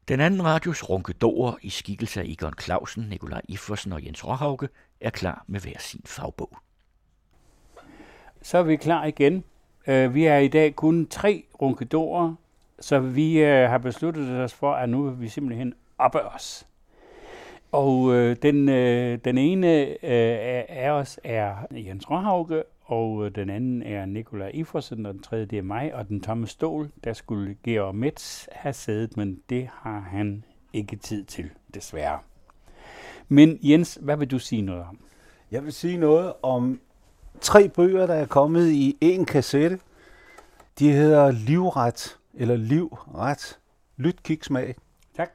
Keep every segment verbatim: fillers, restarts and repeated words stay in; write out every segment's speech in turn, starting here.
Den anden radios ronkedorer i skikkelse af Egon Clausen, Nikolaj Iversen og Jens Råhauke er klar med hver sin fagbog. Så er vi klar igen. Vi er i dag kun tre ronkedorer, så vi har besluttet os for, at nu er vi simpelthen oppe os. Og den, den ene af os er Jens Råhauke, og den anden er Nikolaj Iversen, og den tredje det er mig, og den tomme stol, der skulle Georg Metz have siddet, men det har han ikke tid til, desværre. Men Jens, hvad vil du sige noget om? Jeg vil sige noget om tre bøger, der er kommet i en kassette. De hedder Livret, eller Livret. Lyt, kig, smag. Tak.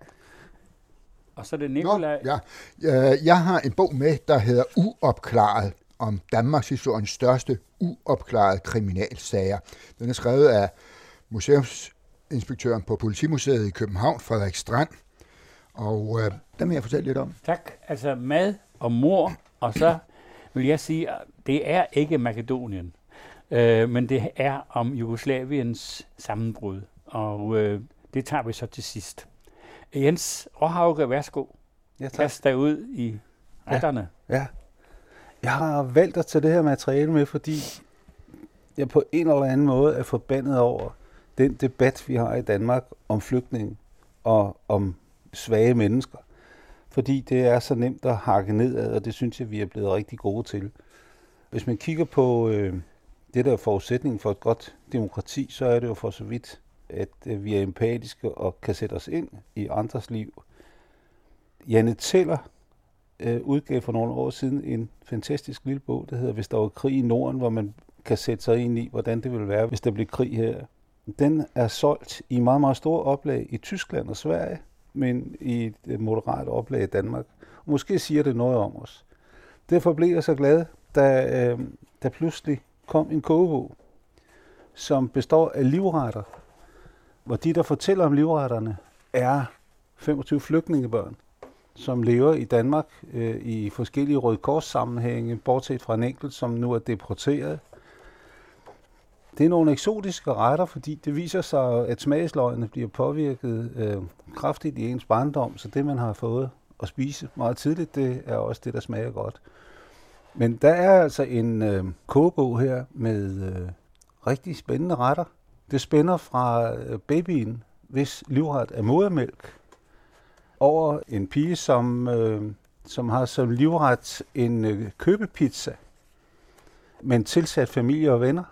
Og så er det Nikolaj. Nå, ja. Jeg har en bog med, der hedder Uopklaret, om Danmarks historiens største uopklarede kriminalsager. Den er skrevet af museumsinspektøren på Politimuseet i København, Frederik Strand. Og øh, den vil jeg fortælle lidt om. Tak. Altså mad og mor, og så vil jeg sige, at det er ikke Makedonien, øh, men det er om Jugoslaviens sammenbrud. Og øh, det tager vi så til sidst. Jens Råhauke, værsgo. Ja, tak. Kast dig ud i retterne. Ja. ja. Jeg har valgt at tage det her materiale med, fordi jeg på en eller anden måde er forbandet over den debat, vi har i Danmark om flygtninge og om svage mennesker. Fordi det er så nemt at hakke nedad, og det synes jeg, vi er blevet rigtig gode til. Hvis man kigger på øh, det, der er forudsætningen for et godt demokrati, så er det jo for så vidt, at øh, vi er empatiske og kan sætte os ind i andres liv. Janne Teller øh, udgav for nogle år siden en fantastisk lille bog, der hedder Hvis der var krig i Norden, hvor man kan sætte sig ind i, hvordan det ville være, hvis der blev krig her. Den er solgt i meget, meget store oplag i Tyskland og Sverige, men i et moderat oplag i Danmark. Måske siger det noget om os. Derfor blev jeg så glad, da øh, der pludselig kom en kogebog, som består af livretter, hvor de, der fortæller om livretterne, er femogtyve flygtningebørn, som lever i Danmark øh, i forskellige Røde Kors-sammenhænge, bortset fra en enkelt, som nu er deporteret. Det er nogle eksotiske retter, fordi det viser sig, at smagsløgene bliver påvirket øh, kraftigt i ens barndom, så det, man har fået at spise meget tidligt, det er også det, der smager godt. Men der er altså en øh, kogebog her med øh, rigtig spændende retter. Det spænder fra øh, babyen, hvis livret er modermælk, over en pige, som, øh, som har som livret en øh, købepizza, men tilsat familie og venner.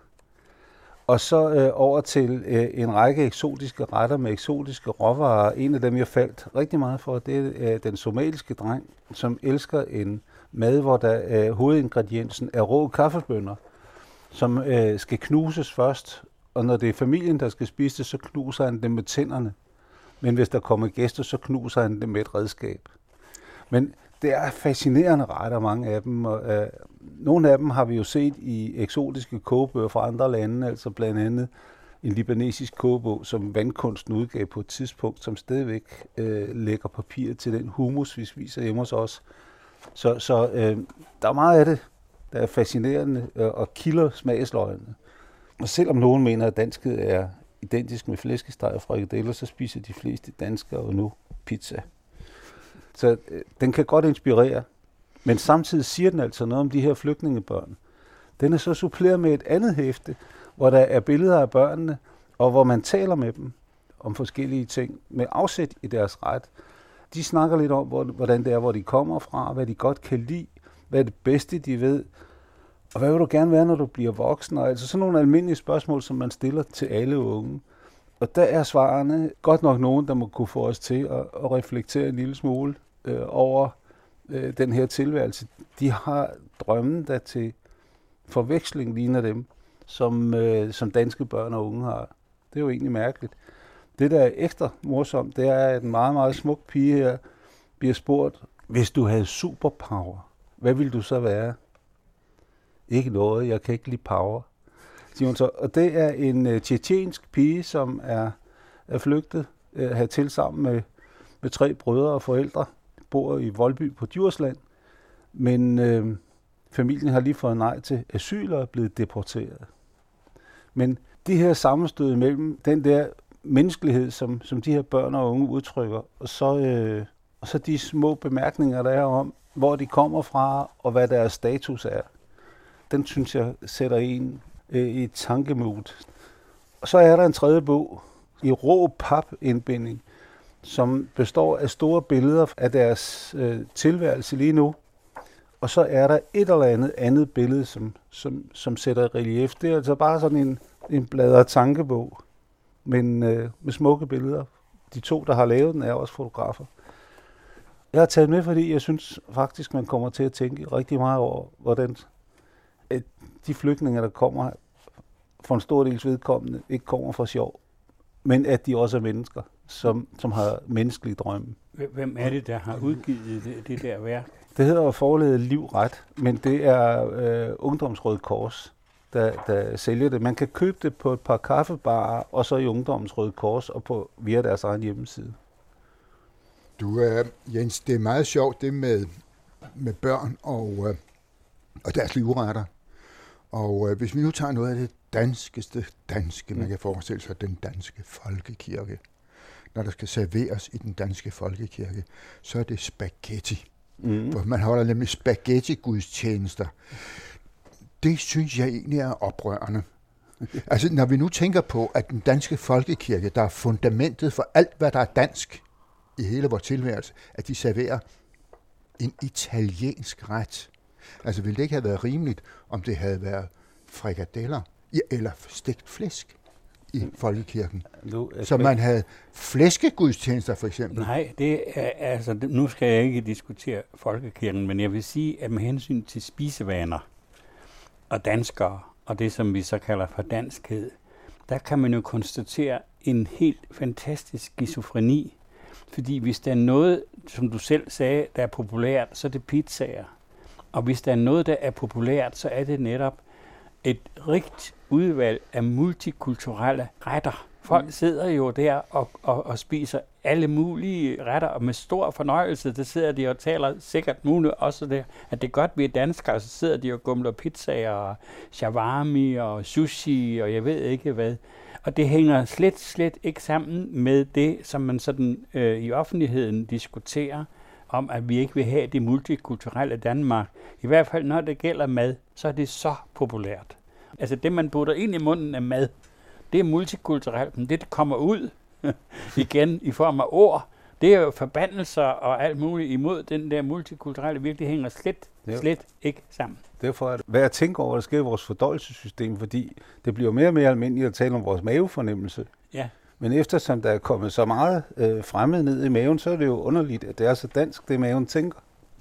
Og så øh, over til øh, en række eksotiske retter med eksotiske råvarer. En af dem, jeg faldt rigtig meget for, det er øh, den somaliske dreng, som elsker en mad, hvor der øh, hovedingrediensen er rå kaffebønner, som øh, skal knuses først. Og når det er familien, der skal spise det, så knuser han dem med tænderne. Men hvis der kommer gæster, så knuser han dem med et redskab. Men det er fascinerende retter, mange af dem. Og, øh, nogle af dem har vi jo set i eksotiske kogebøger fra andre lande, altså blandt andet en libanesisk kogebog, som Vandkunsten udgav på et tidspunkt, som stadigvæk øh, lægger papir til den hummus, vi spiser hjemme hos os. Så, så øh, der er meget af det, der er fascinerende øh, og kilder smagsløgene. Og selvom nogen mener, at dansket er identisk med flæskesteg og frikadeller, så spiser de fleste danskere jo nu pizza. Så øh, den kan godt inspirere, men samtidig siger den altså noget om de her flygtningebørn. Den er så suppleret med et andet hæfte, hvor der er billeder af børnene, og hvor man taler med dem om forskellige ting med afsæt i deres ret. De snakker lidt om, hvordan det er, hvor de kommer fra, hvad de godt kan lide, hvad er det bedste, de ved, og hvad vil du gerne være, når du bliver voksen? Og altså sådan nogle almindelige spørgsmål, som man stiller til alle unge. Og der er svarene godt nok nogen, der må kunne få os til at, at reflektere en lille smule øh, over øh, den her tilværelse. De har drømmen, der til forveksling ligner dem, som, øh, som danske børn og unge har. Det er jo egentlig mærkeligt. Det, der er ekstra morsomt, det er, at en meget, meget smuk pige her bliver spurgt, hvis du havde superpower, hvad ville du så være? Ikke noget, jeg kan ikke lide power, siger hun så. Og det er en uh, tjetjensk pige, som er, er flygtet uh, hertil sammen med, med tre brødre og forældre, bor i Voldby på Djursland, men uh, familien har lige fået nej til asyl og er blevet deporteret. Men det her sammenstød mellem den der menneskelighed, som, som de her børn og unge udtrykker, og så, øh, og så de små bemærkninger, der er om, hvor de kommer fra, og hvad deres status er. Den synes jeg sætter en øh, i et tankemod. Og så er der en tredje bog i rå papindbinding, som består af store billeder af deres øh, tilværelse lige nu. Og så er der et eller andet andet billede, som, som, som sætter relief. Det er altså bare sådan en, en bladret tankebog, men øh, med smukke billeder. De to, der har lavet den, er også fotografer. Jeg har taget med, fordi jeg synes faktisk, man kommer til at tænke rigtig meget over, hvordan at de flygtninge, der kommer for en stor dels vedkommende, ikke kommer fra sjov, men at de også er mennesker, som, som har menneskelige drømme. Hvem er det, der har udgivet det, det der værk? Det hedder jo forlaget Livret, men det er øh, Ungdomsrøde Kors, der, der sælger det. Man kan købe det på et par kaffebarer, og så i Ungdomsrøde Kors, og på via deres egen hjemmeside. Du, øh, Jens, det er meget sjovt, det med, med børn og, øh, og deres livretter. Og øh, hvis vi nu tager noget af det danskeste danske, man kan forestille sig, den danske folkekirke. Når der skal serveres i den danske folkekirke, så er det spaghetti. Mm. For man holder nemlig spaghetti-gudstjenester. Det synes jeg egentlig er oprørende. Altså, når vi nu tænker på, at den danske folkekirke, der er fundamentet for alt, hvad der er dansk i hele vores tilværelse, at de serverer en italiensk ret. Altså, ville det ikke have været rimeligt, om det havde været frikadeller eller stegt flæsk i folkekirken? Nu, så man havde flæskegudstjenester for eksempel? Nej, det er, altså, nu skal jeg ikke diskutere folkekirken, men jeg vil sige, at med hensyn til spisevaner og danskere, og det som vi så kalder for danskhed, der kan man jo konstatere en helt fantastisk skizofreni. Fordi hvis der er noget, som du selv sagde, der er populært, så er det pizzaer. Og hvis der er noget, der er populært, så er det netop et rigt udvalg af multikulturelle retter. Folk sidder jo der og, og, og spiser alle mulige retter, og med stor fornøjelse, der sidder de og taler sikkert muligt også der, at det er godt, vi er danskere, så sidder de og gumler pizzaer og shawarma og sushi, og jeg ved ikke hvad. Og det hænger slet, slet ikke sammen med det, som man sådan øh, i offentligheden diskuterer, om at vi ikke vil have det multikulturelle Danmark. I hvert fald når det gælder mad, så er det så populært. Altså det, man putter ind i munden af mad, det er multikulturelt, men det, der kommer ud igen i form af ord, det er jo forbandelser og alt muligt imod den der multikulturelle virkelig hænger slet, jo. slet ikke sammen. Derfor er det værd at tænke over, hvad der sker i vores fordøjelsessystem, fordi det bliver mere og mere almindeligt at tale om vores mavefornemmelse. Ja. Men eftersom der er kommet så meget øh, fremmed ned i maven, så er det jo underligt, at det er så dansk, det maven tænker.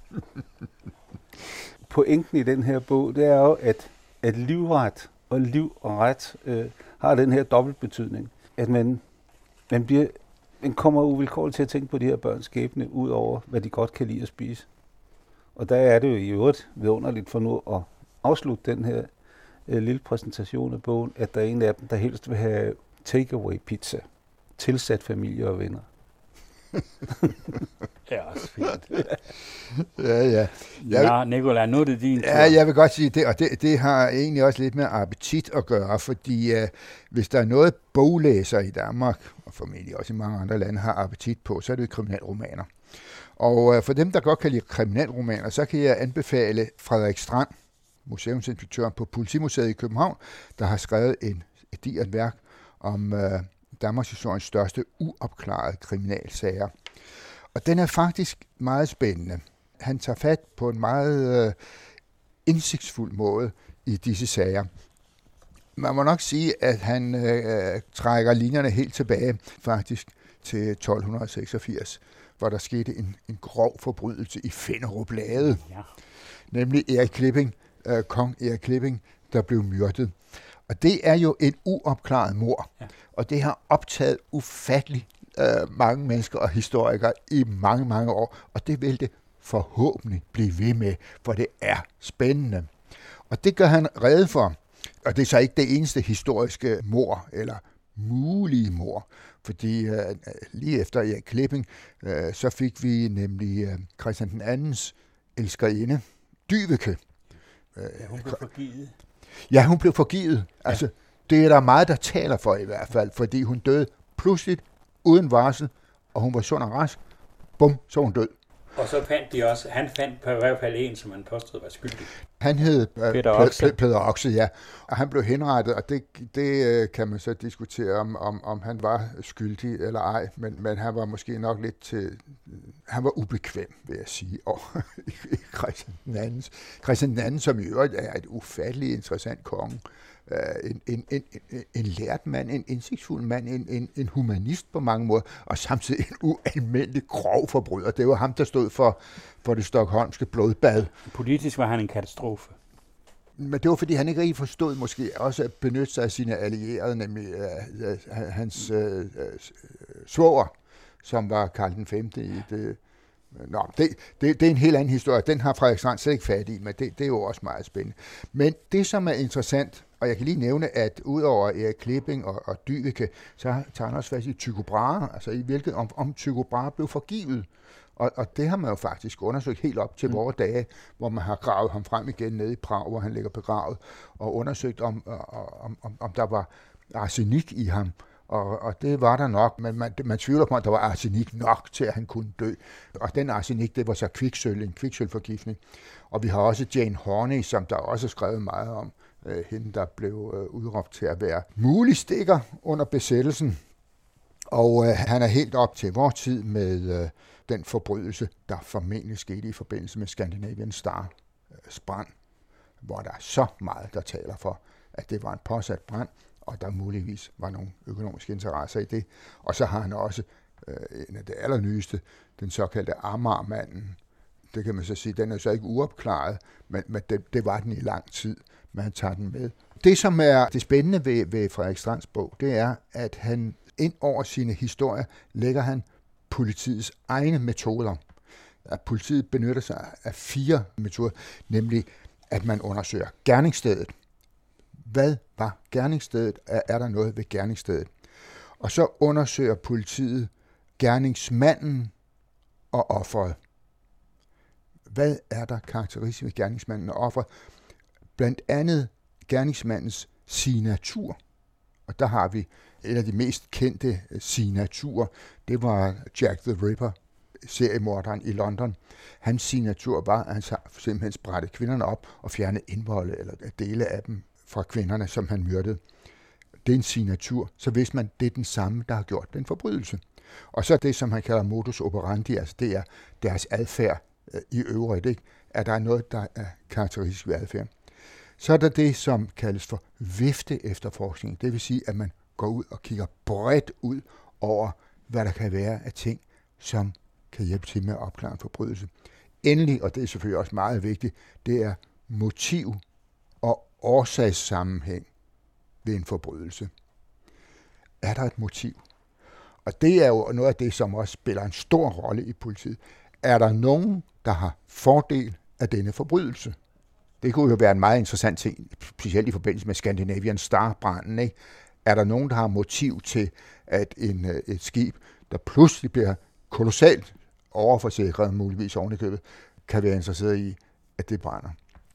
Pointen i den her bog, det er jo, at, at livret og liv og ret øh, har den her dobbeltbetydning. At man, man, bliver, man kommer uvilkårligt til at tænke på de her børns skæbne, ud over hvad de godt kan lide at spise. Og der er det jo i øvrigt vidunderligt for nu at afslutte den her øh, lille præsentation af bogen, at der er en af dem, der helst vil have takeaway pizza, tilsat familie og venner. Det er også fint. ja, ja. Jeg, Nå, Nicolai, nu er det din tur. Ja, jeg vil godt sige det, og det, det har egentlig også lidt med appetit at gøre, fordi uh, hvis der er noget boglæser i Danmark, og formentlig også i mange andre lande, har appetit på, så er det kriminalromaner. Og uh, for dem, der godt kan lide kriminalromaner, så kan jeg anbefale Frederik Strand, museumsinspektøren på Politimuseet i København, der har skrevet en, et digert værk om uh, Danmarks historiens største uopklarede kriminalsager. Og den er faktisk meget spændende. Han tager fat på en meget øh, indsigtsfuld måde i disse sager. Man må nok sige, at han øh, trækker linjerne helt tilbage faktisk til tolv seksogfirs, hvor der skete en, en grov forbrydelse i Finderup Lade. Ja. Nemlig Erik Klipping, øh, kong Erik Klipping, der blev myrdet. Og det er jo et uopklaret mord, ja. Og det har optaget ufattelig øh, mange mennesker og historikere i mange, mange år, og det vil det forhåbentlig blive ved med, for det er spændende. Og det gør han rede for, og det er så ikke det eneste historiske mord, eller mulige mord, fordi øh, lige efter Erik Klipping, øh, så fik vi nemlig øh, Christian den andens elskerinde, Dyveke. Øh, ja, hun blev forgivet. Ja, hun blev forgivet. Altså, ja. Det er der meget, der taler for i hvert fald, fordi hun døde Pludselig, uden varsel, og hun var sund og rask. Bum, så hun død. Og så fandt de også, han fandt på i hvert fald en, som han påstod var skyldig. Han hed uh, Peter Oxe. Peter Oxe, ja. Og han blev henrettet, og det, det uh, kan man så diskutere, om, om, om han var skyldig eller ej, men, men han var måske nok lidt til... Han var ubekvem, vil jeg sige, over Christian den anden. Christian den anden, som i øvrigt er et ufatteligt interessant konge. Uh, en, en, en, en, en lært mand, en indsigtsfuld mand, en, en, en humanist på mange måder, og samtidig en ualmindelig grov forbryder. Det var ham, der stod for, for det stokholmske blodbad. Politisk var han en katastrofe. Men det var, fordi han ikke rigtig forstod måske også at benytte sig af sine allierede, nemlig uh, uh, hans uh, uh, svoger, som var Karl den femte i det. Nå, det, det, det er en helt anden historie. Den har Frederik Strand slet ikke fat i, men det, det er jo også meget spændende. Men det, som er interessant, og jeg kan lige nævne, at udover Erik Klipping og, og Dyveke, så tager han også fast i Tycho Brahe, altså i hvilket om, om Tycho Brahe blev forgivet. Og, og det har man jo faktisk undersøgt helt op til mm. vores dage, hvor man har gravet ham frem igen nede i Prag, hvor han ligger begravet, og undersøgt, om, om, om, om der var arsenik i ham. Og, og det var der nok, men man, man tvivler på, at der var arsenik nok til, at han kunne dø. Og den arsenik, det var så kviksølv, en kviksølvforgiftning. Og vi har også Jane Horney, som der også er skrevet meget om, øh, hende der blev øh, udråbt til at være mulig stikker under besættelsen. Og øh, han er helt op til vores tid med øh, den forbrydelse, der formentlig skete i forbindelse med Scandinavian Star øh, brand, hvor der er så meget, der taler for, at det var en påsat brand, og der muligvis var nogle økonomiske interesser i det. Og så har han også øh, en af det allernyeste, den såkaldte Amagermanden. Det kan man så sige, den er så ikke uopklaret, men, men det, det var den i lang tid, men han tager den med. Det, som er det spændende ved, ved Frederik Strands bog, det er, at han ind over sine historier lægger han politiets egne metoder. At politiet benytter sig af fire metoder, nemlig at man undersøger gerningsstedet. Hvad var gerningsstedet? Er, er der noget ved gerningsstedet? Og så undersøger politiet gerningsmanden og offeret. Hvad er der karakteristisk ved gerningsmanden og offeret? Blandt andet gerningsmandens signatur. Og der har vi en af de mest kendte signaturer. Det var Jack the Ripper, seriemorderen i London. Hans signatur var, at han simpelthen sprættede kvinderne op og fjernede indvolde eller dele af dem fra kvinderne, som han myrdede. Det er en signatur, så vidste man, det er den samme, der har gjort den forbrydelse. Og så det, som han kalder modus operandi, altså det er deres adfærd øh, i øvrigt, ikke? At der er noget, der er karakteristisk ved adfærd. Så er der det, som kaldes for vifte efterforskning. Det vil sige, at man går ud og kigger bredt ud over, hvad der kan være af ting, som kan hjælpe til med at opklare en forbrydelse. Endelig, og det er selvfølgelig også meget vigtigt, det er motiv og årsagssammenhæng ved en forbrydelse. Er der et motiv? Og det er jo noget af det, som også spiller en stor rolle i politiet. Er der nogen, der har fordel af denne forbrydelse? Det kunne jo være en meget interessant ting, specielt i forbindelse med Scandinavian Star-branden, ikke? Er der nogen, der har motiv til, at en, et skib, der pludselig bliver kolossalt overforsikret, muligvis ovenikøbet, kan være interesseret i, at det brænder?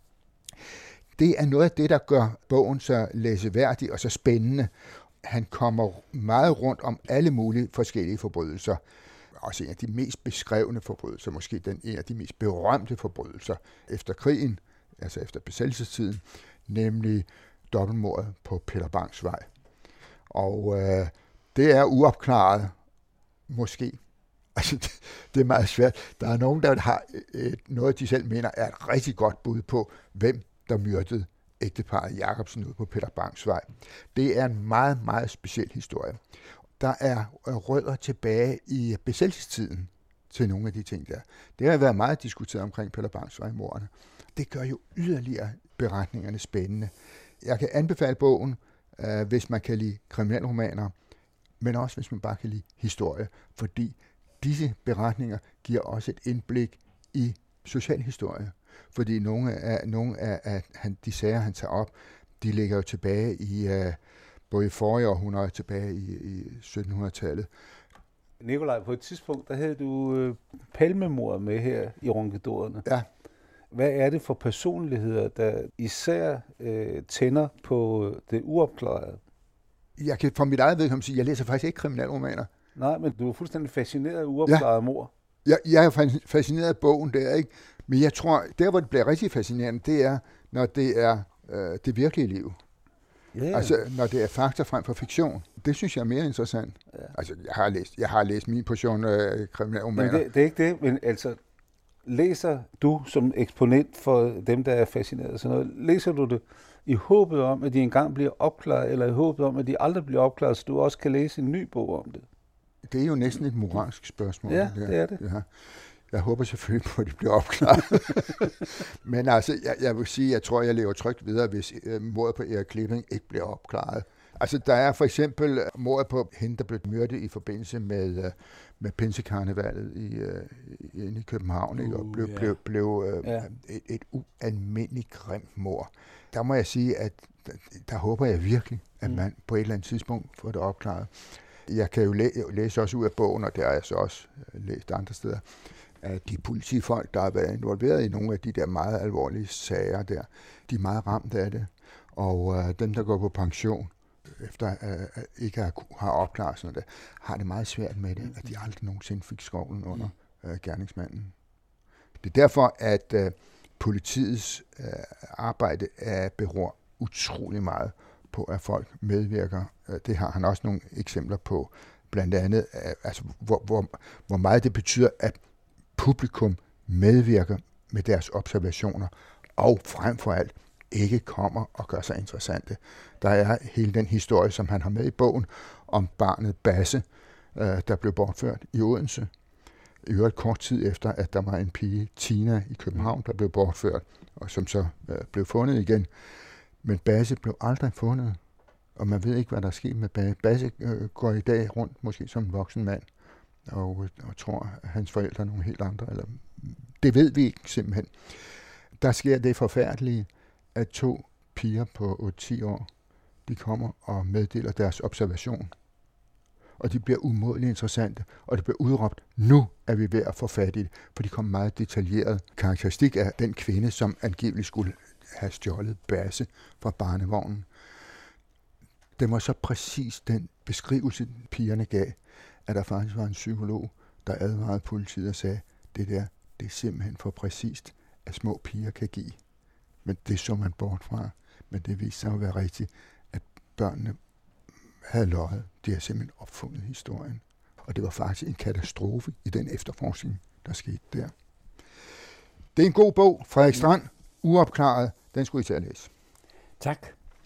Det er noget af det, der gør bogen så læseværdig og så spændende. Han kommer meget rundt om alle mulige forskellige forbrydelser. Også en af de mest beskrevne forbrydelser, måske den en af de mest berømte forbrydelser efter krigen, altså efter besættelsestiden, nemlig dobbeltmordet på Peter Bangs Vej. Og øh, det er uopklaret, måske. Altså, det, det er meget svært. Der er nogen, der har et, noget, de selv mener er et rigtig godt bud på, hvem der myrdede ægteparret Jacobsen ude på Peter Bangs Vej. Det er en meget, meget speciel historie. Der er rødder tilbage i besættelsestiden til nogle af de ting der. Det har været meget diskuteret omkring Peter Bangs Vej-mordene. Det gør jo yderligere beretningerne spændende. Jeg kan anbefale bogen, øh, hvis man kan lide kriminalromaner, men også hvis man bare kan lide historie, fordi disse beretninger giver også et indblik i socialhistorie. Fordi nogle af, nogle af, af han, de sager, han tager op, de ligger jo tilbage i, uh, både i forrige århundrede tilbage i, i syttenhundredetallet. Nikolaj, på et tidspunkt, der havde du øh, palmemordet med her i Ronkedorerne. Ja. Hvad er det for personligheder, der især øh, tænder på det uopklarede? jeg kan fra mit eget vedkommende sige, at jeg læser faktisk ikke kriminalromaner. Nej, men du er fuldstændig fascineret af uopklarede ja. mord. Jeg, jeg er fascineret af bogen der, ikke? Men jeg tror, der hvor det bliver rigtig fascinerende, det er, når det er øh, det virkelige liv. Yeah. Altså, når det er fakta frem for fiktion. Det synes jeg er mere interessant. Yeah. Altså, jeg har læst, jeg har læst min portion af øh, kriminalromaner. Det, det er ikke det, men altså, læser du som eksponent for dem, der er fascineret af sådan noget, læser du det i håbet om, at de engang bliver opklaret, eller i håbet om, at de aldrig bliver opklaret, så du også kan læse en ny bog om det? Det er jo næsten et moralsk spørgsmål. Ja, det er det. Ja. Jeg håber selvfølgelig på, at de bliver opklaret. Men altså, jeg, jeg vil sige, jeg tror, jeg lever trygt videre, hvis uh, mordet på Erik Klipping ikke bliver opklaret. Altså, der er for eksempel mordet på hende, der blev myrdet i forbindelse med, uh, med pinsekarnevalet i, uh, inde i København, uh, ikke? Og blev, yeah. blev, blev uh, yeah. et, et ualmindeligt grimt mord. Der må jeg sige, at der, der håber jeg virkelig, at mm. man på et eller andet tidspunkt får det opklaret. Jeg kan jo læ- læse også ud af bogen, og det har jeg så også læst andre steder, at de politifolk, der har været involveret i nogle af de der meget alvorlige sager der, de er meget ramt af det. Og uh, dem, der går på pension, efter uh, ikke har, har opklaret sådan noget, har det meget svært med det, at de aldrig nogensinde fik skovlen under uh, gerningsmanden. Det er derfor, at uh, politiets uh, arbejde er beror utrolig meget på, at folk medvirker. Det har han også nogle eksempler på, blandt andet, altså, hvor, hvor, hvor meget det betyder, at publikum medvirker med deres observationer, og frem for alt ikke kommer og gør sig interessante. Der er hele den historie, som han har med i bogen, om barnet Basse, der blev bortført i Odense. I øvrigt kort tid efter, at der var en pige, Tina, i København, der blev bortført, og som så blev fundet igen. Men Basse blev aldrig fundet, og man ved ikke, hvad der er sket med Basse. Basse øh, går i dag rundt, måske som en voksen mand, og, og tror, at hans forældre er nogle helt andre. Eller, det ved vi ikke simpelthen. Der sker det forfærdelige, at to piger på otte ti år, de kommer og meddeler deres observation. Og de bliver umådeligt interessante, og det bliver udråbt, nu er vi ved at få fat i det, for de kom meget detaljeret karakteristik af den kvinde, som angiveligt skulle have stjålet Basse fra barnevognen. Det var så præcis den beskrivelse, pigerne gav, at der faktisk var en psykolog, der advarede politiet og sagde, det der, det er simpelthen for præcist, at små piger kan give. Men det så man bort fra. Men det viste sig at være rigtigt, at børnene havde løjet. De havde simpelthen opfundet historien. Og det var faktisk en katastrofe i den efterforskning, der skete der. Det er en god bog, Frederik Strand, Uopklaret. Den skulle I til at læse. Tak.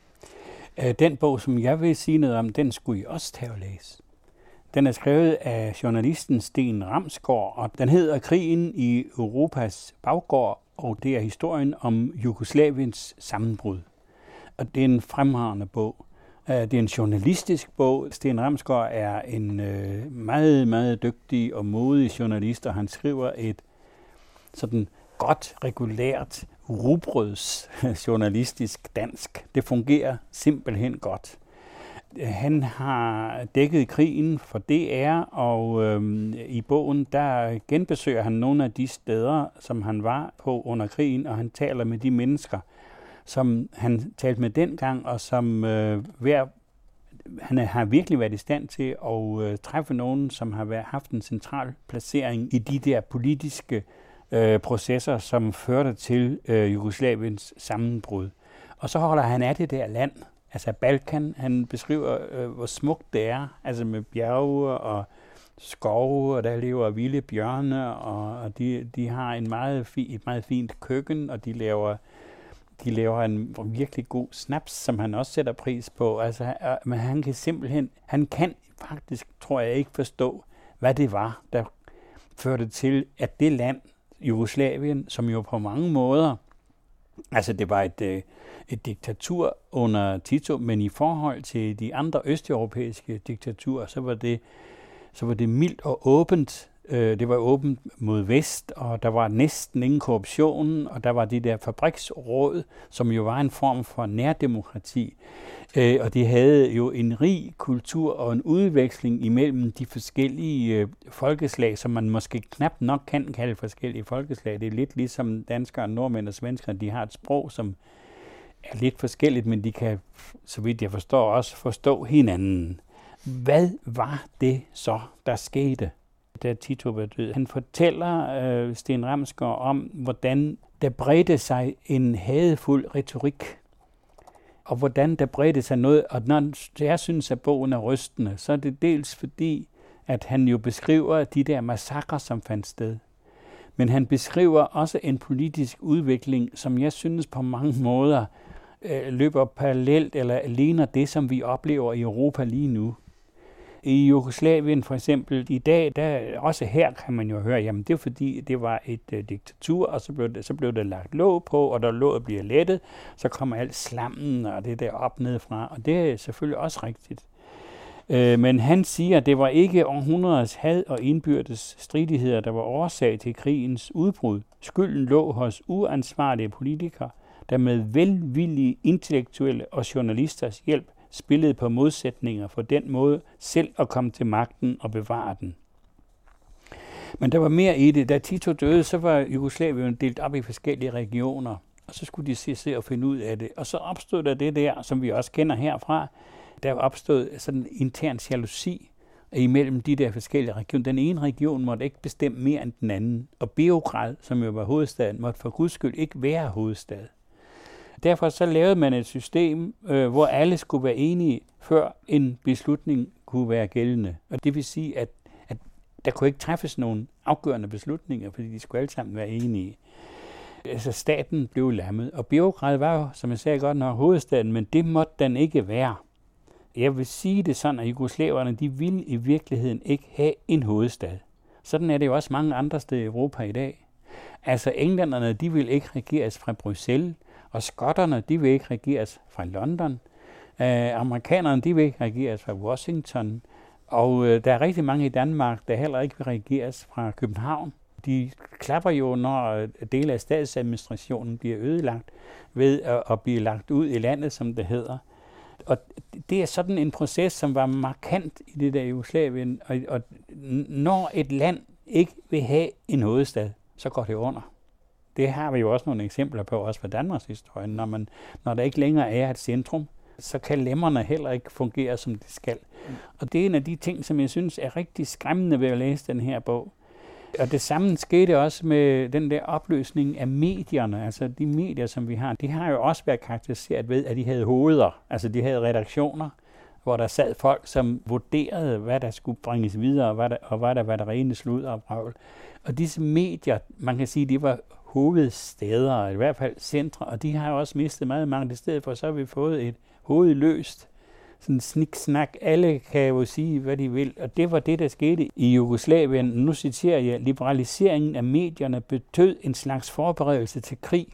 Den bog, som jeg vil sige noget om, den skulle I også tage og læse. Den er skrevet af journalisten Sten Ramsgaard, og den hedder Krigen i Europas baggård, og det er historien om Jugoslaviens sammenbrud. Og det er en fremragende bog. Det er en journalistisk bog. Sten Ramsgaard er en meget, meget dygtig og modig journalist, og han skriver et sådan godt, regulært, rugbrøds journalistisk dansk. Det fungerer simpelthen godt. Han har dækket krigen for D R, og øhm, i bogen der genbesøger han nogle af de steder, som han var på under krigen, og han taler med de mennesker, som han talte med dengang, og som øh, hver, han har virkelig været i stand til at øh, træffe nogen, som har været, haft en central placering i de der politiske øh, processer, som førte til øh, Jugoslaviens sammenbrud. Og så holder han af det der land, altså Balkan. Han beskriver, øh, hvor smukt det er, altså med bjerge og skove, og der lever vilde bjørne, og, og de, de har en meget fi, et meget fint køkken, og de laver De laver en virkelig god snaps, som han også sætter pris på. Altså, men han kan simpelthen, han kan faktisk, tror jeg, ikke forstå, hvad det var, der førte til, at det land, Jugoslavien, som jo på mange måder, altså det var et, et diktatur under Tito, men i forhold til de andre østeuropæiske diktaturer, så var det, så var det mildt og åbent. Det var åbent mod vest, og der var næsten ingen korruption, og der var de der fabriksråd, som jo var en form for nærdemokrati. Og de havde jo en rig kultur og en udveksling imellem de forskellige folkeslag, som man måske knap nok kan kalde forskellige folkeslag. Det er lidt ligesom danskere, nordmænd og svenskere, de har et sprog, som er lidt forskelligt, men de kan, så vidt jeg forstår, også forstå hinanden. Hvad var det så, der skete, da Tito var død? Han fortæller øh, Sten Ramsgaard om, hvordan der bredte sig en hadefuld retorik, og hvordan der bredte sig noget. Og når jeg synes, at bogen er rystende, så er det dels fordi, at han jo beskriver de der massakrer, som fandt sted. Men han beskriver også en politisk udvikling, som jeg synes på mange måder øh, løber parallelt eller ligner det, som vi oplever i Europa lige nu. I Jugoslavien for eksempel i dag, der, også her kan man jo høre, jamen det er fordi, det var et uh, diktatur, og så blev, det, så blev der lagt låg på, og da låget bliver lettet, så kommer alt slammen og det der op nedefra, og det er selvfølgelig også rigtigt. Uh, men han siger, at det var ikke århundredets had og indbyrdes stridigheder, der var årsag til krigens udbrud. Skylden lå hos uansvarlige politikere, der med velvillige intellektuelle og journalisters hjælp spillede på modsætninger for den måde selv at komme til magten og bevare den. Men der var mere i det. Da Tito døde, så var Jugoslavien delt op i forskellige regioner, og så skulle de se, se og finde ud af det. Og så opstod der det der, som vi også kender herfra. Der opstod sådan en intern jalousi imellem de der forskellige regioner. Den ene region måtte ikke bestemme mere end den anden, og Beograd, som jo var hovedstaden, måtte for guds skyld ikke være hovedstad. Derfor så lavede man et system, øh, hvor alle skulle være enige, før en beslutning kunne være gældende. Og det vil sige, at, at der kunne ikke træffes nogen afgørende beslutninger, fordi de skulle alle sammen være enige. Altså staten blev lammet, og Beograd var jo, som jeg sagde godt nok, hovedstaden, men det måtte den ikke være. Jeg vil sige det sådan, at jugoslaverne, de ville i virkeligheden ikke have en hovedstad. Sådan er det jo også mange andre steder i Europa i dag. Altså englænderne, de vil ikke regeres fra Bruxelles, og skotterne, de vil ikke regeres fra London. Uh, amerikanerne, de vil ikke regeres fra Washington. Og uh, der er rigtig mange i Danmark, der heller ikke vil regeres fra København. De klapper jo, når dele af statsadministrationen bliver ødelagt ved at, at blive lagt ud i landet, som det hedder. Og det er sådan en proces, som var markant i det der Jugoslavien. Og, og når et land ikke vil have en hovedstad, så går det under. Det har vi jo også nogle eksempler på, også fra Danmarks historie. Når, man, når der ikke længere er et centrum, så kan lemmerne heller ikke fungere, som de skal. Mm. Og det er en af de ting, som jeg synes er rigtig skræmmende ved at læse den her bog. Og det samme skete også med den der opløsning af medierne. Altså de medier, som vi har, de har jo også været karakteriseret ved, at de havde hoveder. Altså de havde redaktioner, hvor der sad folk, som vurderede, hvad der skulle bringes videre, og hvad der, og hvad der var der rene sludder og vrøvl. Og disse medier, man kan sige, de var hovedsteder, i hvert fald centre, og de har jo også mistet meget mange. I stedet for, så har vi fået et hovedløst sådan sniksnak. Alle kan jo sige, hvad de vil, og det var det, der skete i Jugoslavien. Nu citerer jeg, liberaliseringen af medierne betød en slags forberedelse til krig.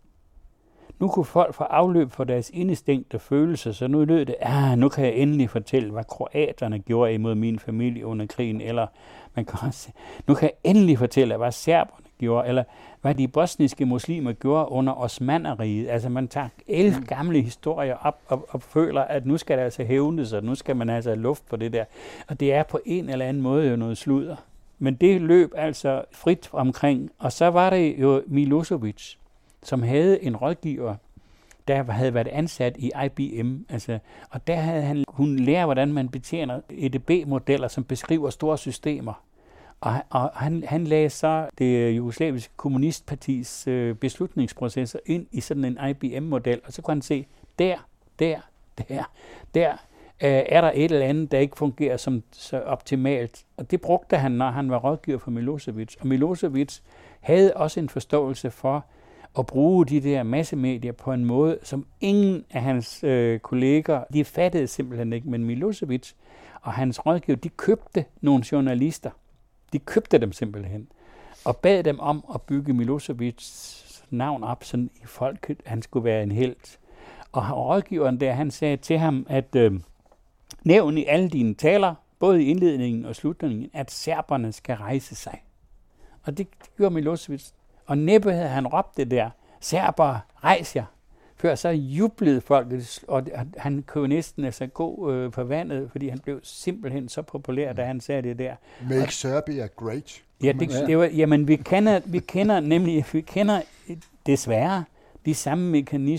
Nu kunne folk få afløb for deres indestængte følelser, så nu lød det, ah, nu kan jeg endelig fortælle, hvad kroaterne gjorde imod min familie under krigen, eller man kan også, nu kan jeg endelig fortælle, hvad serberne gjorde, eller hvad de bosniske muslimer gjorde under Osmannerriget. Altså man tager elf gamle historier op og, og føler, at nu skal der altså hævnes, og nu skal man altså have luft på det der. Og det er på en eller anden måde jo noget sludder. Men det løb altså frit omkring, og så var det jo Milosevic, som havde en rådgiver, der havde været ansat i I B M. Altså, og der havde han kunnet lære, hvordan man betjener E D B-modeller, som beskriver store systemer. Og, og han, han lagde så det jugoslaviske kommunistpartis øh, beslutningsprocesser ind i sådan en I B M-model, og så kunne han se, der, der, der, der øh, er der et eller andet, der ikke fungerer som så optimalt. Og det brugte han, når han var rådgiver for Milosevic. Og Milosevic havde også en forståelse for at bruge de der massemedier på en måde, som ingen af hans øh, kolleger, de fattede simpelthen ikke, men Milosevic og hans rådgiver, de købte nogle journalister. De købte dem simpelthen, og bad dem om at bygge Milosevics navn op sådan i folket. Han skulle være en helt. Og rådgiveren der, han sagde til ham, at øh, nævn i alle dine taler, både i indledningen og slutningen, at serberne skal rejse sig. Og det gjorde Milosevic. Og næppe havde han råbt det der, serber, rejs jer. Før så jublede folket, og han kunne næsten altså gå øh, på vandet, fordi han blev simpelthen så populær, da han sagde det der. Make og, Serbia great. Ja, det, det var, jamen vi kender, vi kender nemlig, vi kender desværre de samme mekanismer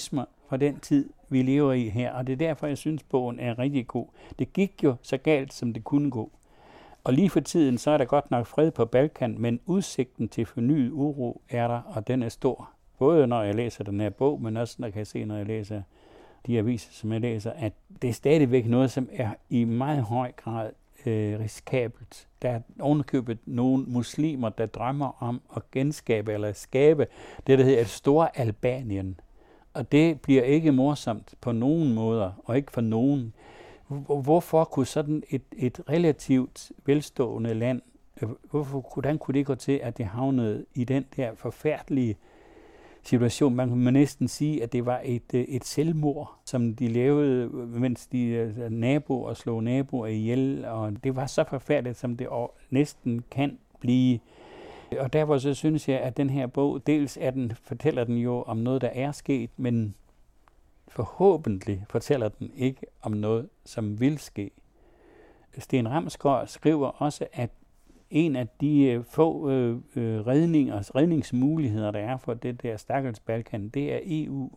fra den tid, vi lever i her, og det er derfor, jeg synes, bogen er rigtig god. Det gik jo så galt, som det kunne gå. Og lige for tiden, så er der godt nok fred på Balkan, men udsigten til fornyet uro er der, og den er stor. Både når jeg læser den her bog, men også når jeg kan se, når jeg læser de aviser, som jeg læser, at det er stadigvæk noget, som er i meget høj grad øh, risikabelt. Der er ovenikøbet nogle muslimer, der drømmer om at genskabe eller skabe det, der hedder et store Albanien. Og det bliver ikke morsomt på nogen måder, og ikke for nogen. Hvorfor kunne sådan et, et relativt velstående land, hvorfor, hvordan kunne det gå til, at det havnede i den der forfærdelige situation? Man kan næsten sige, at det var et, et selvmord, som de lavede, mens de naboer slog naboer ihjel, og det var så forfærdeligt, som det næsten kan blive. Og derfor så synes jeg, at den her bog, dels er den, fortæller den jo om noget, der er sket, men forhåbentlig fortæller den ikke om noget, som vil ske. Sten Ramsgaard skriver også, at en af de få øh, redninger, redningsmuligheder, der er for det der stakkels Balkan, det er E U.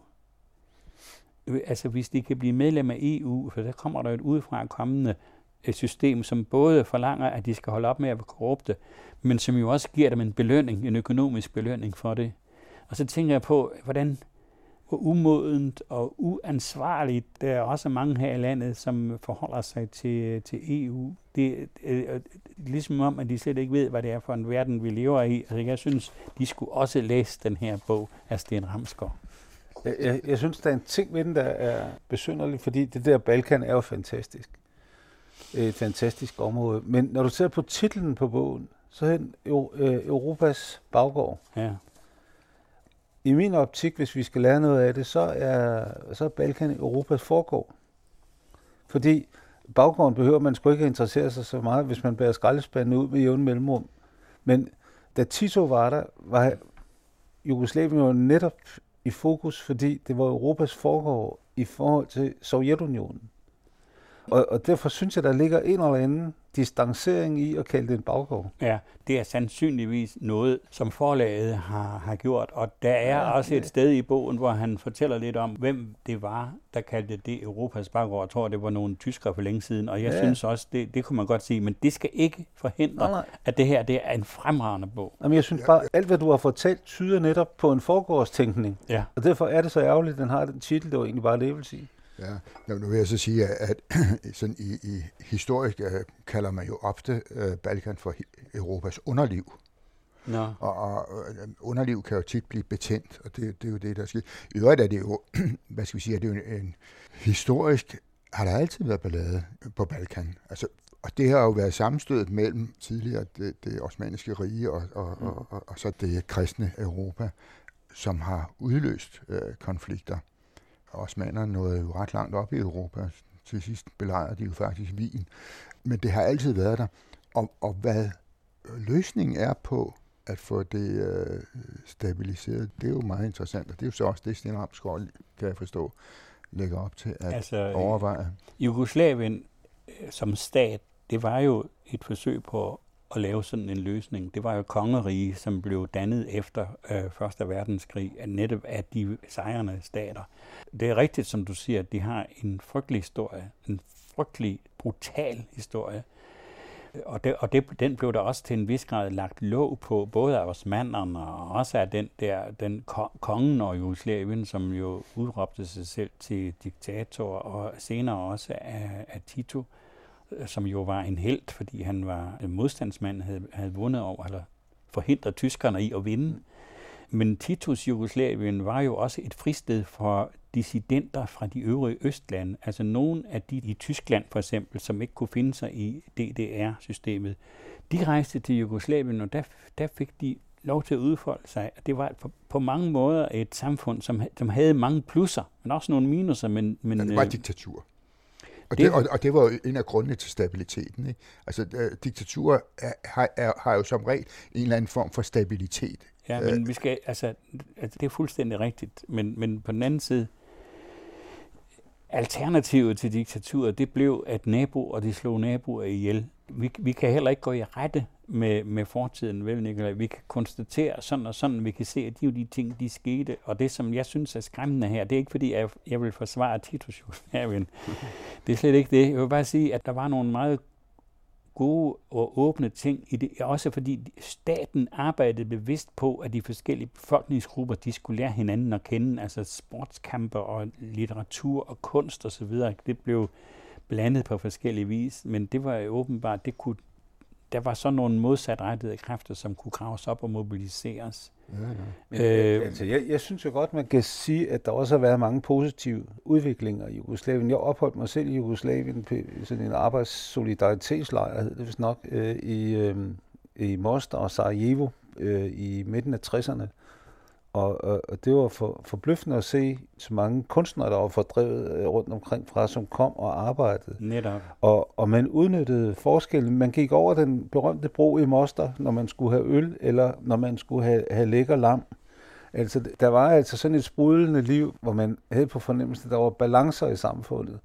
Altså hvis de kan blive medlem af E U, for der kommer der et udefra kommende et system, som både forlanger, at de skal holde op med at være korrupte, men som jo også giver dem en belønning, en økonomisk belønning for det. Og så tænker jeg på, hvordan hvor umodent og uansvarligt der er også mange her i landet, som forholder sig til, til E U. Det er ligesom om, at de slet ikke ved, hvad det er for en verden, vi lever i. Altså, jeg synes, de skulle også læse den her bog af Sten Ramsgaard. Jeg, jeg, jeg synes, der er en ting ved den, der er besynderlig, fordi det der Balkan er jo fantastisk. Et fantastisk område. Men når du ser på titlen på bogen, så er den jo øh, Europas baggård. Ja. I min optik, hvis vi skal lære noget af det, så er, så er Balkan Europas forgård. Fordi baggården behøver man sgu ikke interessere sig så meget, hvis man bærer skraldespanden ud med jævn mellemrum. Men da Tito var der, var Jugoslavien jo netop i fokus, fordi det var Europas forgård i forhold til Sovjetunionen. Og, og derfor synes jeg, der ligger en eller anden distancering i at kalde det en baggård. Ja, det er sandsynligvis noget, som forlaget har, har gjort. Og der er ja, også et sted i bogen, hvor han fortæller lidt om, hvem det var, der kaldte det Europas baggård. Jeg tror, det var nogle tyskere for længe siden, og jeg ja. synes også, det, det kunne man godt sige. Men det skal ikke forhindre, nej, nej. at det her det er en fremragende bog. Jamen, jeg synes bare, alt hvad du har fortalt, tyder netop på en forgårdstænkning. Ja. Og derfor er det så ærgerligt, at den har den titel, det var egentlig bare levelse i. Ja, nu vil jeg så sige, at sådan i, i historisk uh, kalder man jo ofte uh, Balkan for Europas underliv. No. Og, og underliv kan jo tit blive betændt, og det, det er jo det, der sker. I øvrigt er det jo, hvad skal vi sige, det er jo en, en historisk, har der altid været ballade på Balkan. Altså, og det har jo været sammenstødet mellem tidligere det, det osmanniske rige og, og, mm. og, og, og så det kristne Europa, som har udløst uh, konflikter. Osmanerne nåede jo ret langt op i Europa. Til sidst belejrede de jo faktisk Wien. Men det har altid været der. Og, og hvad løsningen er på at få det øh, stabiliseret, det er jo meget interessant. Og det er jo så også det, Sten Ramsgaard, kan jeg forstå, lægger op til at altså, overveje. Jugoslavien som stat, det var jo et forsøg på at lave sådan en løsning. Det var jo kongerige, som blev dannet efter øh, Første Verdenskrig, netop af de sejrende stater. Det er rigtigt, som du siger, at de har en frygtelig historie, en frygtelig brutal historie. Og, det, og det, den blev der også til en vis grad lagt låg på, både af osmannerne og også af den der den kongen og Jugoslavien, som jo udråbte sig selv til diktator, og senere også af, af Tito, som jo var en helt, fordi han var en modstandsmand, havde, havde vundet over, eller forhindret tyskerne i at vinde. Men Titos Jugoslavien var jo også et fristed for dissidenter fra de øvrige østlande. Altså nogle af de i Tyskland for eksempel, som ikke kunne finde sig i D D R-systemet, de rejste til Jugoslavien, og der, der fik de lov til at udfolde sig. Det var på, på mange måder et samfund, som, som havde mange plusser, men også nogle minuser. Men, men, ja, det var et diktatur. Og det, og, og det var jo en af grundene til stabiliteten. Ikke? Altså, øh, diktaturer er, har, er, har jo som regel en eller anden form for stabilitet. Ja, men vi skal, altså, altså, det er fuldstændig rigtigt. Men, men på den anden side, alternativet til diktaturet, det blev, at naboer, de slog naboer ihjel. Vi, vi kan heller ikke gå i rette med, med fortiden, vel, Nikolaj? Vi kan konstatere sådan og sådan, vi kan se, at de er de ting, de skete. Og det, som jeg synes er skræmmende her, det er ikke fordi, jeg, jeg vil forsvare Titus Jugoslavien. Det er slet ikke det. Jeg vil bare sige, at der var nogle meget gode og åbne ting i det, også fordi staten arbejdede bevidst på, at de forskellige befolkningsgrupper, de skulle lære hinanden at kende, altså sportskampe og litteratur og kunst og så videre. Det blev blandet på forskellige vis, men det var åbenbart, det kunne, der var så nogle modsatrettede kræfter, som kunne graves op og mobiliseres. Ja, ja. Men, øh, altså, jeg, jeg synes jo godt, man kan sige, at der også har været mange positive udviklinger i Jugoslavien. Jeg opholdt mig selv i Jugoslavien på sådan en arbejdssolidariteslejr, hed det vist nok, øh, i, øh, i Mostar og Sarajevo øh, i midten af tresserne. Og, og, og det var for, forbløffende at se så mange kunstnere, der var fordrevet rundt omkring fra, som kom og arbejdede. Netop. Og, og man udnyttede forskellen. Man gik over den berømte bro i Mostar, når man skulle have øl, eller når man skulle have, have lækker lam. Altså, der var altså sådan et sprudlende liv, hvor man havde på fornemmelse, at der var balancer i samfundet.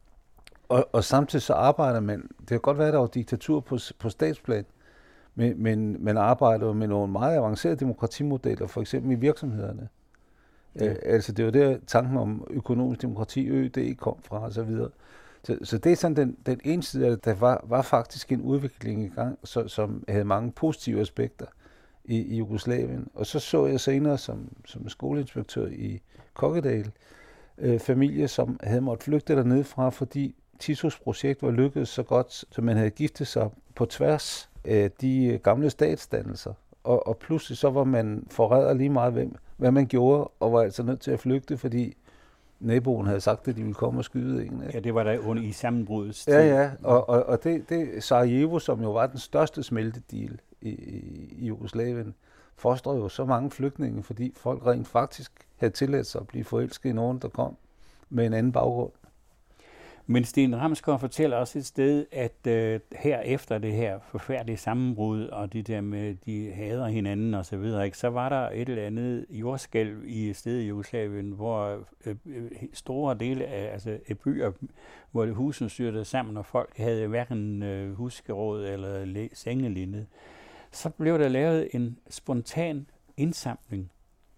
Og, og samtidig så arbejder man, det kan godt være, at der var diktatur på, på statsplan, Men, men man arbejder med nogle meget avancerede demokratimodeller, for eksempel i virksomhederne. Ja. Øh, altså det var der tanken om økonomisk demokrati, Ø D kom fra og så videre. Så, så det er sådan den, den ene side, at der var, var faktisk en udvikling i gang, så, som havde mange positive aspekter i, i Jugoslavien. Og så så jeg senere som, som skoleinspektør i Kokkedal øh, familie, som havde måttet flygte dernede fra, fordi Titos projekt var lykkedes så godt, så man havde giftet sig på tværs de gamle statsdannelser, og, og pludselig så var man forræder lige meget, hvem, hvad man gjorde, og var altså nødt til at flygte, fordi naboen havde sagt, at de ville komme og skyde en. Ja, det var der under i sammenbrudets Ja, ja, og, og, og det, det Sarajevo, som jo var den største smeltedeal i, i, i Jugoslavien, fostrede jo så mange flygtninge, fordi folk rent faktisk havde tilladt sig at blive forelsket i nogen, der kom med en anden baggrund. Men Sten Ramsgaard fortæller også et sted, at øh, her efter det her forfærdelige sammenbrud, og det der med, de hader hinanden og så videre, ikke, så var der et eller andet jordskælv i et sted i Jugoslavien, hvor øh, store dele af altså, byer, hvor husene styrtede sammen, og folk havde hverken øh, huskeråd eller sengelindet. Så blev der lavet en spontan indsamling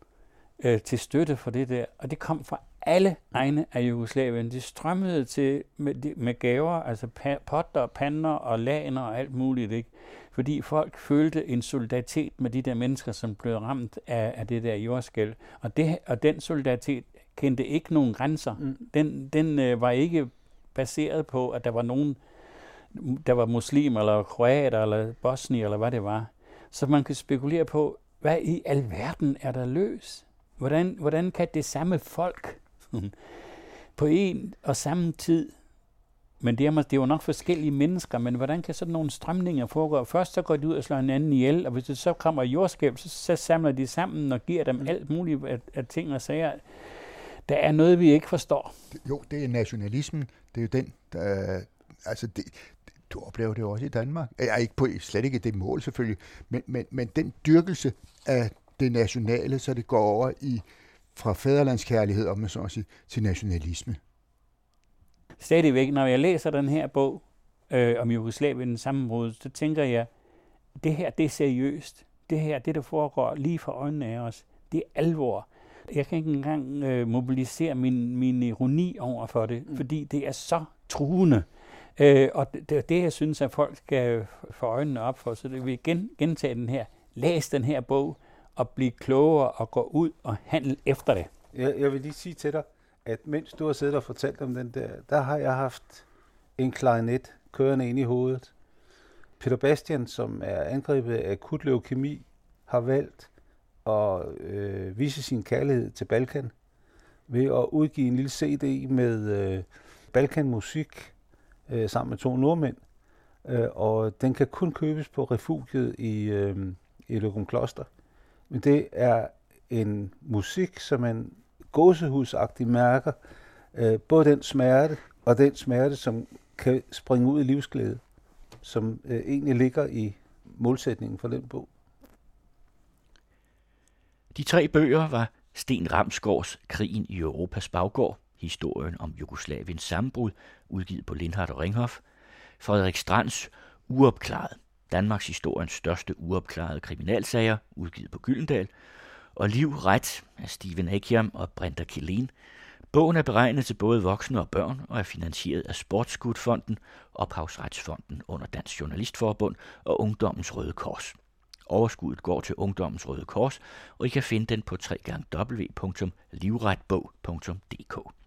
øh, til støtte for det der, og det kom fra alle egne af Jugoslavien. De strømmede til med, med gaver, altså pa- potter, pander og laner og alt muligt, ikke? Fordi folk følte en solidaritet med de der mennesker, som blev ramt af, af det der jordskælv. Og, det, og den solidaritet kendte ikke nogen grænser. Mm. Den, den øh, var ikke baseret på, at der var nogen, der var muslimer, eller kroater, eller bosnier, eller hvad det var. Så man kan spekulere på, hvad i alverden er der løs? Hvordan, hvordan kan det samme folk på en og samme tid, men det er, det er jo nok forskellige mennesker, men hvordan kan sådan nogle strømninger foregå? Først så går de ud og slår hinanden ihjel, og hvis det så kommer jordskælv, så, så samler de sammen og giver dem alt muligt af, af ting og sager. Der er noget, vi ikke forstår. Jo, det er nationalismen. Det er jo den, der, altså det, du oplever det også i Danmark. Jeg er ikke på, slet ikke det mål selvfølgelig, men, men, men den dyrkelse af det nationale, så det går over i fra fædrelandskærlighed, om man så at sige, til nationalisme. Stadigvæk, når jeg læser den her bog øh, om Jugoslavien sammenbrud, så tænker jeg, det her, det er seriøst. Det her, det der foregår lige for øjnene af os, det er alvor. Jeg kan ikke engang øh, mobilisere min, min ironi over for det, mm. fordi det er så truende. Øh, og det er det, jeg synes, at folk skal få øjnene op for. Så det vil gen, gentage den her. Læs den her bog, og blive klogere og gå ud og handle efter det. Jeg, jeg vil lige sige til dig, at mens du har siddet og fortalt om den der, der har jeg haft en klarinet kørende ind i hovedet. Peter Bastian, som er angrebet af akut leukemi, har valgt at øh, vise sin kærlighed til Balkan ved at udgive en lille C D med øh, Balkanmusik øh, sammen med to nordmænd. Øh, og den kan kun købes på refugiet i, øh, i Løgumkloster. Men det er en musik, som man gåsehusagtigt mærker, øh, både den smerte og den smerte, som kan springe ud i livsglæde, som øh, egentlig ligger i målsætningen for den bog. De tre bøger var Sten Ramsgaards Krigen i Europas baggård, historien om Jugoslaviens sammenbrud, udgivet på Lindhardt og Ringhof, Frederik Strands Uopklaret, Danmarks historiens største uopklarede kriminalsager, udgivet på Gyldendal, og Liv Ret af Stephen Akiam og Brenda Kjellin. Bogen er beregnet til både voksne og børn og er finansieret af Sportsgudfonden, Ophavsretsfonden under Dansk Journalistforbund og Ungdommens Røde Kors. Overskuddet går til Ungdommens Røde Kors, og I kan finde den på w w w punktum livretbog punktum d k.